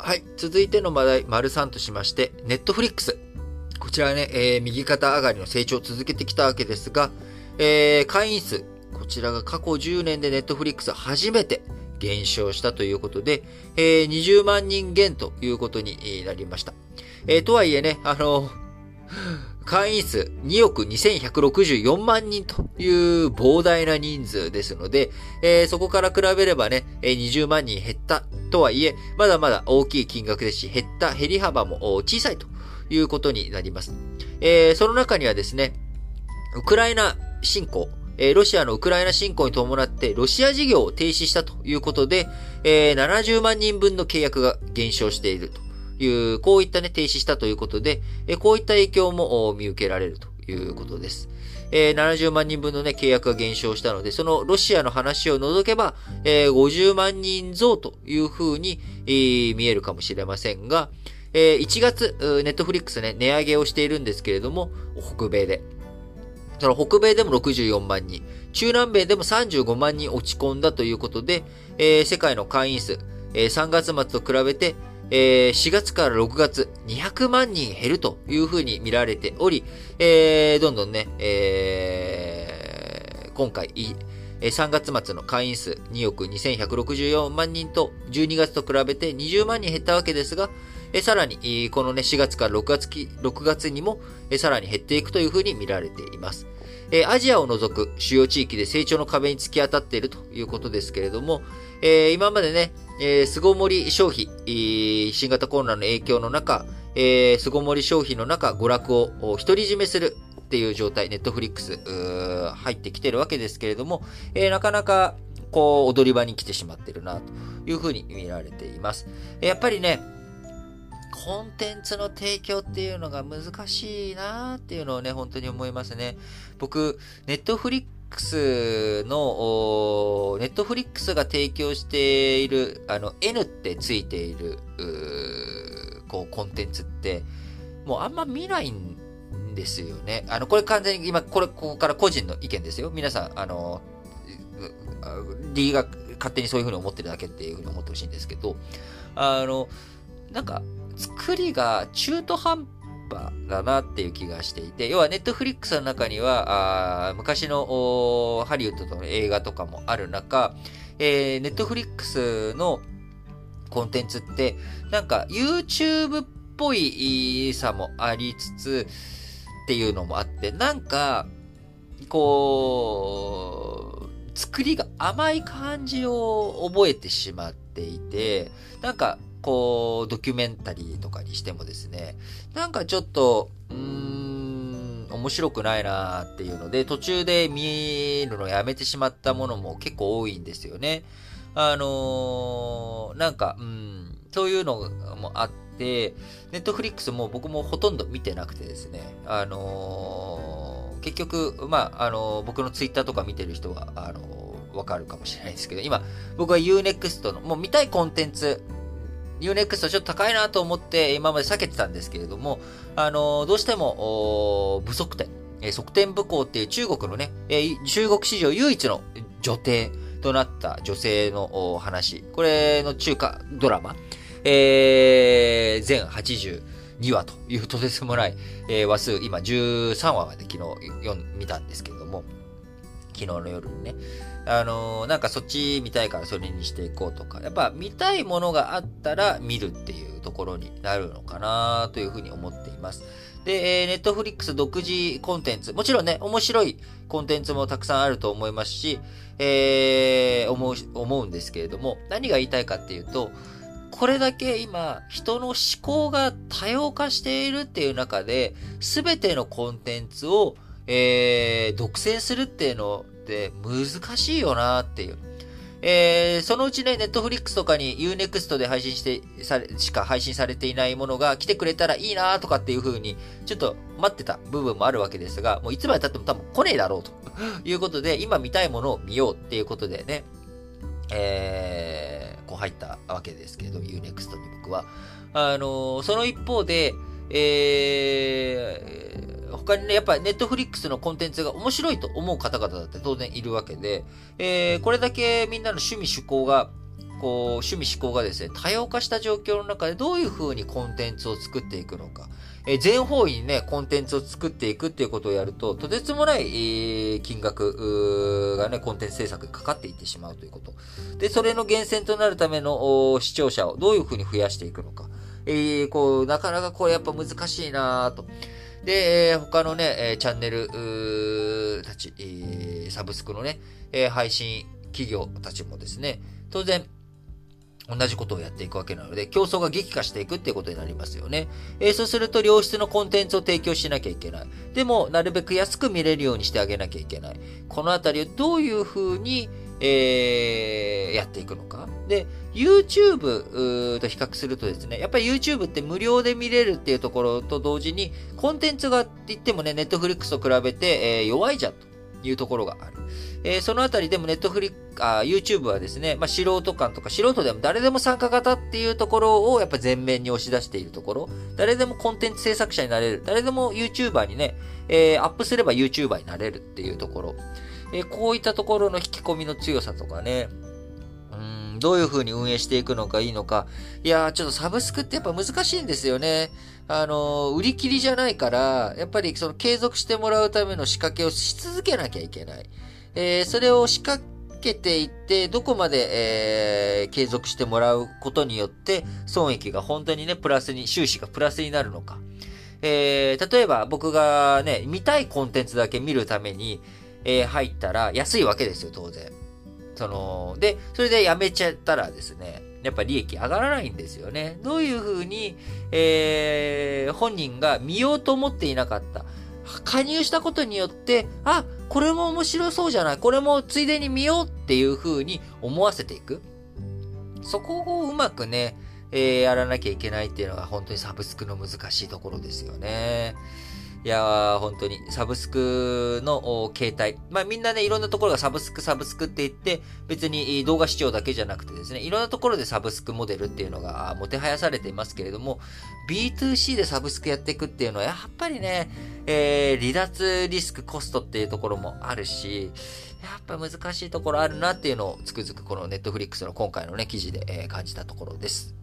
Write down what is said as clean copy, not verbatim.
はい。続いての話題、丸3としまして、ネットフリックス。こちらはね、右肩上がりの成長を続けてきたわけですが、会員数。こちらが過去10年でネットフリックス初めて減少したということで、20万人減ということになりました。とはいえね、会員数2億2164万人という膨大な人数ですので、そこから比べればね、20万人減ったとはいえ、まだまだ大きい金額ですし、減り幅も小さいということになります。その中にはですね、ウクライナ侵攻、ロシアのウクライナ侵攻に伴ってロシア事業を停止したということで、70万人分の契約が減少しているという、こういったね、停止したということで、こういった影響も見受けられるということです。70万人分のね、契約が減少したので、そのロシアの話を除けば、50万人増という風に、見えるかもしれませんが、1月、ネットフリックスね、値上げをしているんですけれども、北米で。その北米でも64万人、中南米でも35万人落ち込んだということで、世界の会員数、3月末と比べて、4月から6月200万人減るというふうに見られており、どんどんね、今回、3月末の会員数2億2164万人と12月と比べて20万人減ったわけですが、さらに、このね、4月から6月にも、さらに減っていくというふうに見られています。アジアを除く主要地域で成長の壁に突き当たっているということですけれども、今までね、巣ごもり消費、新型コロナの影響の中、巣ごもり消費の中、娯楽を独り占めするっていう状態、ネットフリックス、入ってきてるわけですけれども、なかなか、こう、踊り場に来てしまっているな、というふうに見られています。やっぱりね、コンテンツの提供っていうのが難しいなっていうのをね、本当に思いますね。僕、ネットフリックスが提供している、N ってついている、こう、コンテンツって、もうあんま見ないんですよね。これ完全に今、ここから個人の意見ですよ。皆さん、D が勝手にそういうふうに思ってるだけっていうふうに思ってほしいんですけど、なんか、作りが中途半端だなっていう気がしていて、要はネットフリックスの中には、昔のハリウッドの映画とかもある中、ネットフリックスのコンテンツって、なんか YouTube っぽいさもありつつっていうのもあって、なんか、こう、作りが甘い感じを覚えてしまっていて、なんか、こう、ドキュメンタリーとかにしてもですね、なんかちょっと、面白くないなーっていうので、途中で見るのやめてしまったものも結構多いんですよね。なんか、そういうのもあって、ネットフリックスも僕もほとんど見てなくてですね、結局、僕のツイッターとか見てる人は、わかるかもしれないですけど、今、僕は Unext の、もう見たいコンテンツ、Unext ちょっと高いなと思って今まで避けてたんですけれども、どうしても、武則天、則天武功っていう中国のね、中国史上唯一の女帝となった女性の話、これの中華ドラマ、全82話というとてつもない、話数、今13話まで昨日見たんですけれども、昨日の夜にね。なんかそっち見たいからそれにしていこうとか、やっぱ見たいものがあったら見るっていうところになるのかなというふうに思っています。で、ネットフリックス独自コンテンツ、もちろんね、面白いコンテンツもたくさんあると思いますし、思うんですけれども、何が言いたいかっていうと、これだけ今、人の思考が多様化しているっていう中で、すべてのコンテンツを、独占するっていうのって難しいよなっていう。そのうちね、ネットフリックスとかに Unext でしか配信されていないものが来てくれたらいいなとかっていう風に、ちょっと待ってた部分もあるわけですが、もういつまで経っても多分来ねえだろうということで、今見たいものを見ようっていうことでね、こう入ったわけですけれど、Unext に僕は。その一方で、他にね、やっぱりネットフリックスのコンテンツが面白いと思う方々だって当然いるわけで、これだけみんなの趣味趣向が、 趣味思考がですね、多様化した状況の中でどういう風にコンテンツを作っていくのか。全方位にね、コンテンツを作っていくっていうことをやると、とてつもない、金額がね、コンテンツ制作にかかっていってしまうということ。で、それの源泉となるための視聴者をどういう風に増やしていくのか。なかなかこれやっぱ難しいなぁと。で、他のね、チャンネルたち、サブスクのね、配信企業たちもですね、当然、同じことをやっていくわけなので、競争が激化していくっていうことになりますよね。そうすると良質のコンテンツを提供しなきゃいけない。でも、なるべく安く見れるようにしてあげなきゃいけない。このあたりをどういうふうに、やっていくのか。で、YouTube と比較するとですね、やっぱり YouTube って無料で見れるっていうところと同時に、コンテンツが言ってもね、Netflix と比べて、弱いじゃんというところがある。そのあたりでもYouTube はですね、素人感とか素人でも誰でも参加型っていうところをやっぱ前面に押し出しているところ、誰でもコンテンツ制作者になれる、誰でも YouTuber にね、アップすれば YouTuber になれるっていうところ、こういったところの引き込みの強さとかね、どういう風に運営していくのがいいのか。いやー、ちょっとサブスクってやっぱ難しいんですよね。売り切りじゃないから、やっぱりその継続してもらうための仕掛けをし続けなきゃいけない。それを仕掛けていって、どこまで、継続してもらうことによって、損益が本当にね、収支がプラスになるのか。例えば僕がね、見たいコンテンツだけ見るために、入ったら安いわけですよ、当然。で、それでやめちゃったらですね、やっぱ利益上がらないんですよね。どういうふうに、本人が見ようと思っていなかった。加入したことによって、これも面白そうじゃない。これもついでに見ようっていうふうに思わせていく。そこをうまくね、やらなきゃいけないっていうのが本当にサブスクの難しいところですよね。いやー、本当に、サブスクの形態。みんなね、いろんなところがサブスクって言って、別に動画視聴だけじゃなくてですね、いろんなところでサブスクモデルっていうのがもてはやされていますけれども、B2C でサブスクやっていくっていうのは、やっぱりね、離脱リスクコストっていうところもあるし、やっぱ難しいところあるなっていうのをつくづくこのNetflixの今回のね、記事で感じたところです。